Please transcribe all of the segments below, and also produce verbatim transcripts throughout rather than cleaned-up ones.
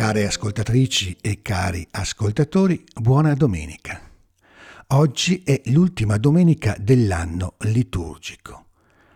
Care ascoltatrici e cari ascoltatori, buona domenica. Oggi è l'ultima domenica dell'anno liturgico.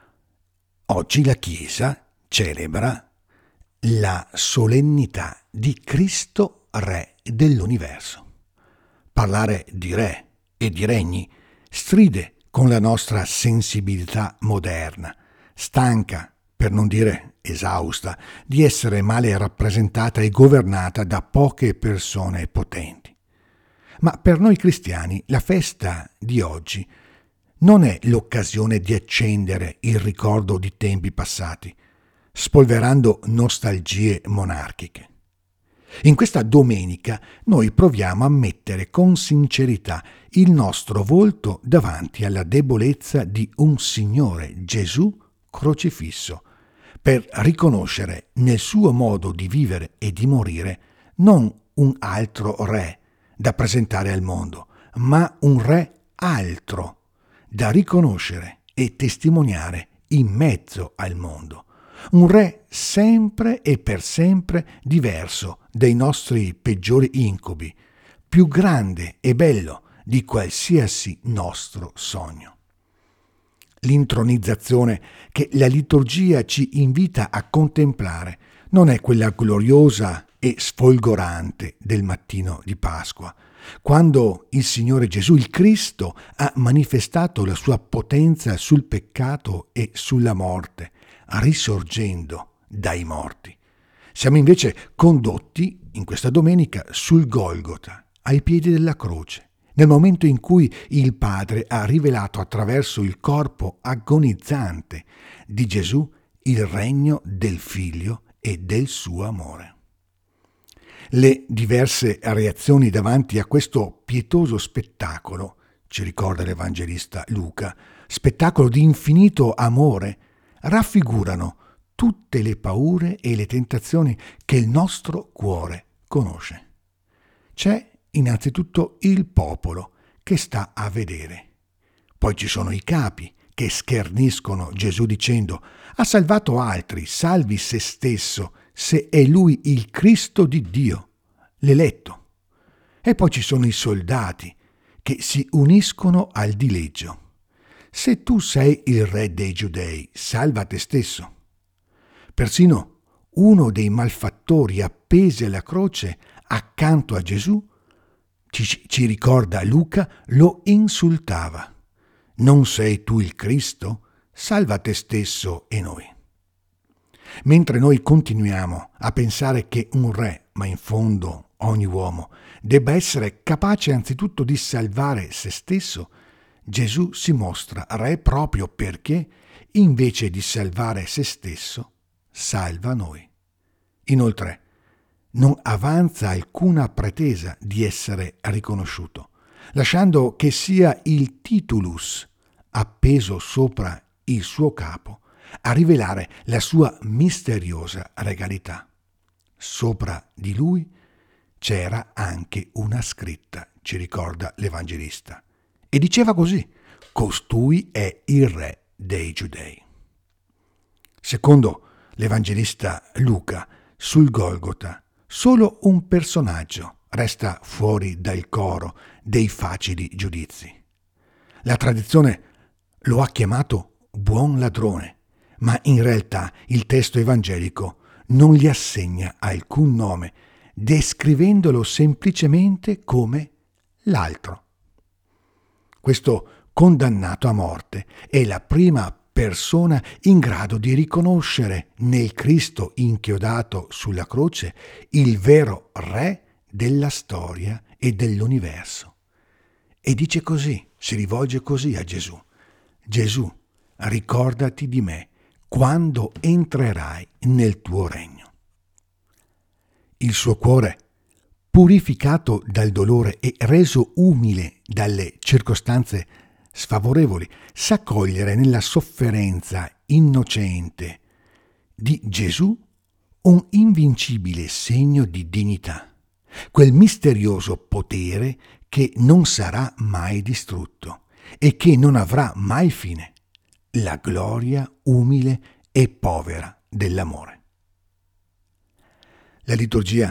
Oggi la Chiesa celebra la solennità di Cristo Re dell'universo. Parlare di re e di regni stride con la nostra sensibilità moderna, stanca, per non dire esausta, di essere male rappresentata e governata da poche persone potenti. Ma per noi cristiani la festa di oggi non è l'occasione di accendere il ricordo di tempi passati, spolverando nostalgie monarchiche. In questa domenica noi proviamo a mettere con sincerità il nostro volto davanti alla debolezza di un Signore Gesù crocifisso, per riconoscere nel suo modo di vivere e di morire non un altro re da presentare al mondo, ma un re altro da riconoscere e testimoniare in mezzo al mondo. Un re sempre e per sempre diverso dai nostri peggiori incubi, più grande e bello di qualsiasi nostro sogno. L'intronizzazione che la liturgia ci invita a contemplare non è quella gloriosa e sfolgorante del mattino di Pasqua, quando il Signore Gesù, il Cristo, ha manifestato la sua potenza sul peccato e sulla morte, risorgendo dai morti. Siamo invece condotti in questa domenica sul Golgota, ai piedi della croce, nel momento in cui il Padre ha rivelato attraverso il corpo agonizzante di Gesù il regno del Figlio e del suo amore. Le diverse reazioni davanti a questo pietoso spettacolo, ci ricorda l'Evangelista Luca, spettacolo di infinito amore, raffigurano tutte le paure e le tentazioni che il nostro cuore conosce. C'è innanzitutto il popolo che sta a vedere. Poi ci sono i capi che scherniscono Gesù dicendo: ha salvato altri, salvi se stesso, se è lui il Cristo di Dio, l'eletto. E poi ci sono i soldati che si uniscono al dileggio. Se tu sei il re dei Giudei, salva te stesso. Persino uno dei malfattori appesi alla croce accanto a Gesù, ci, ci ricorda Luca, lo insultava. Non sei tu il Cristo? Salva te stesso e noi. Mentre noi continuiamo a pensare che un re, ma in fondo ogni uomo, debba essere capace anzitutto di salvare se stesso, Gesù si mostra re proprio perché, invece di salvare se stesso, salva noi. Inoltre, non avanza alcuna pretesa di essere riconosciuto, lasciando che sia il titulus appeso sopra il suo capo a rivelare la sua misteriosa regalità. Sopra di lui c'era anche una scritta, ci ricorda l'Evangelista, e diceva così: costui è il re dei Giudei. Secondo l'Evangelista Luca, sul Golgota solo un personaggio resta fuori dal coro dei facili giudizi. La tradizione lo ha chiamato buon ladrone, ma in realtà il testo evangelico non gli assegna alcun nome, descrivendolo semplicemente come l'altro. Questo condannato a morte è la prima persona in grado di riconoscere nel Cristo inchiodato sulla croce il vero re della storia e dell'universo. E dice così, si rivolge così a Gesù: Gesù, ricordati di me quando entrerai nel tuo regno. Il suo cuore, purificato dal dolore e reso umile dalle circostanze sfavorevoli, sa cogliere nella sofferenza innocente di Gesù un invincibile segno di dignità, quel misterioso potere che non sarà mai distrutto e che non avrà mai fine, la gloria umile e povera dell'amore. La liturgia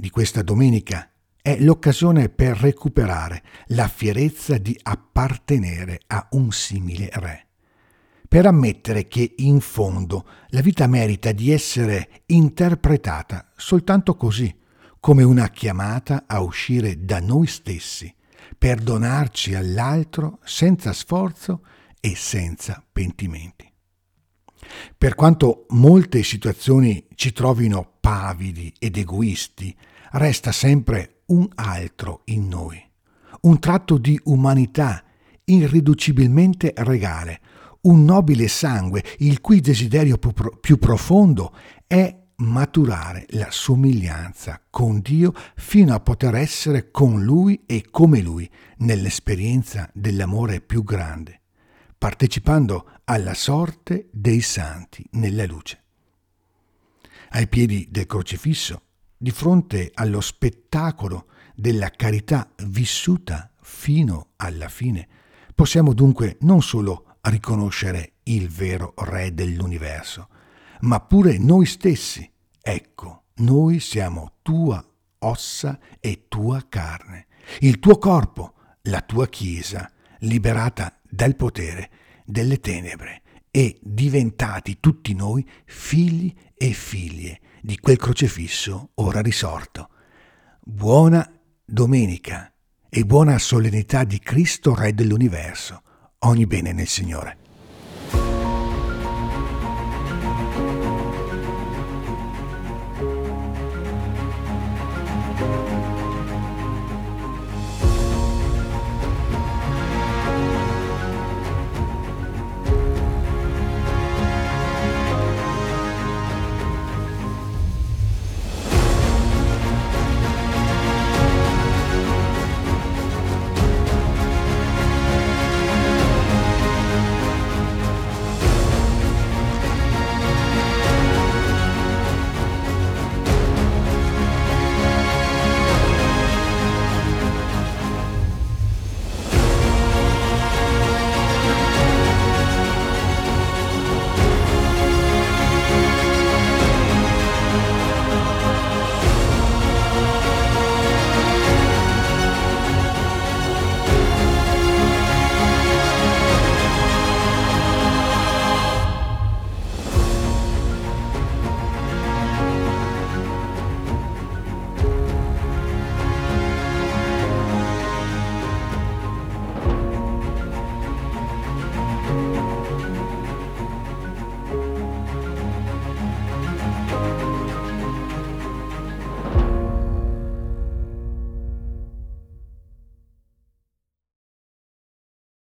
di questa domenica è l'occasione per recuperare la fierezza di appartenere a un simile re, per ammettere che in fondo la vita merita di essere interpretata soltanto così, come una chiamata a uscire da noi stessi, per donarci all'altro senza sforzo e senza pentimenti. Per quanto molte situazioni ci trovino pavidi ed egoisti, resta sempre un altro in noi, un tratto di umanità irriducibilmente regale, un nobile sangue il cui desiderio più profondo è maturare la somiglianza con Dio fino a poter essere con Lui e come Lui nell'esperienza dell'amore più grande, partecipando alla sorte dei santi nella luce. Ai piedi del crocifisso, di fronte allo spettacolo della carità vissuta fino alla fine, possiamo dunque non solo riconoscere il vero Re dell'universo, ma pure noi stessi. Ecco, noi siamo tua ossa e tua carne, il tuo corpo, la tua Chiesa, liberata dal potere delle tenebre e diventati tutti noi figli e figlie di quel crocifisso ora risorto. Buona domenica e buona solennità di Cristo Re dell'universo. Ogni bene nel Signore.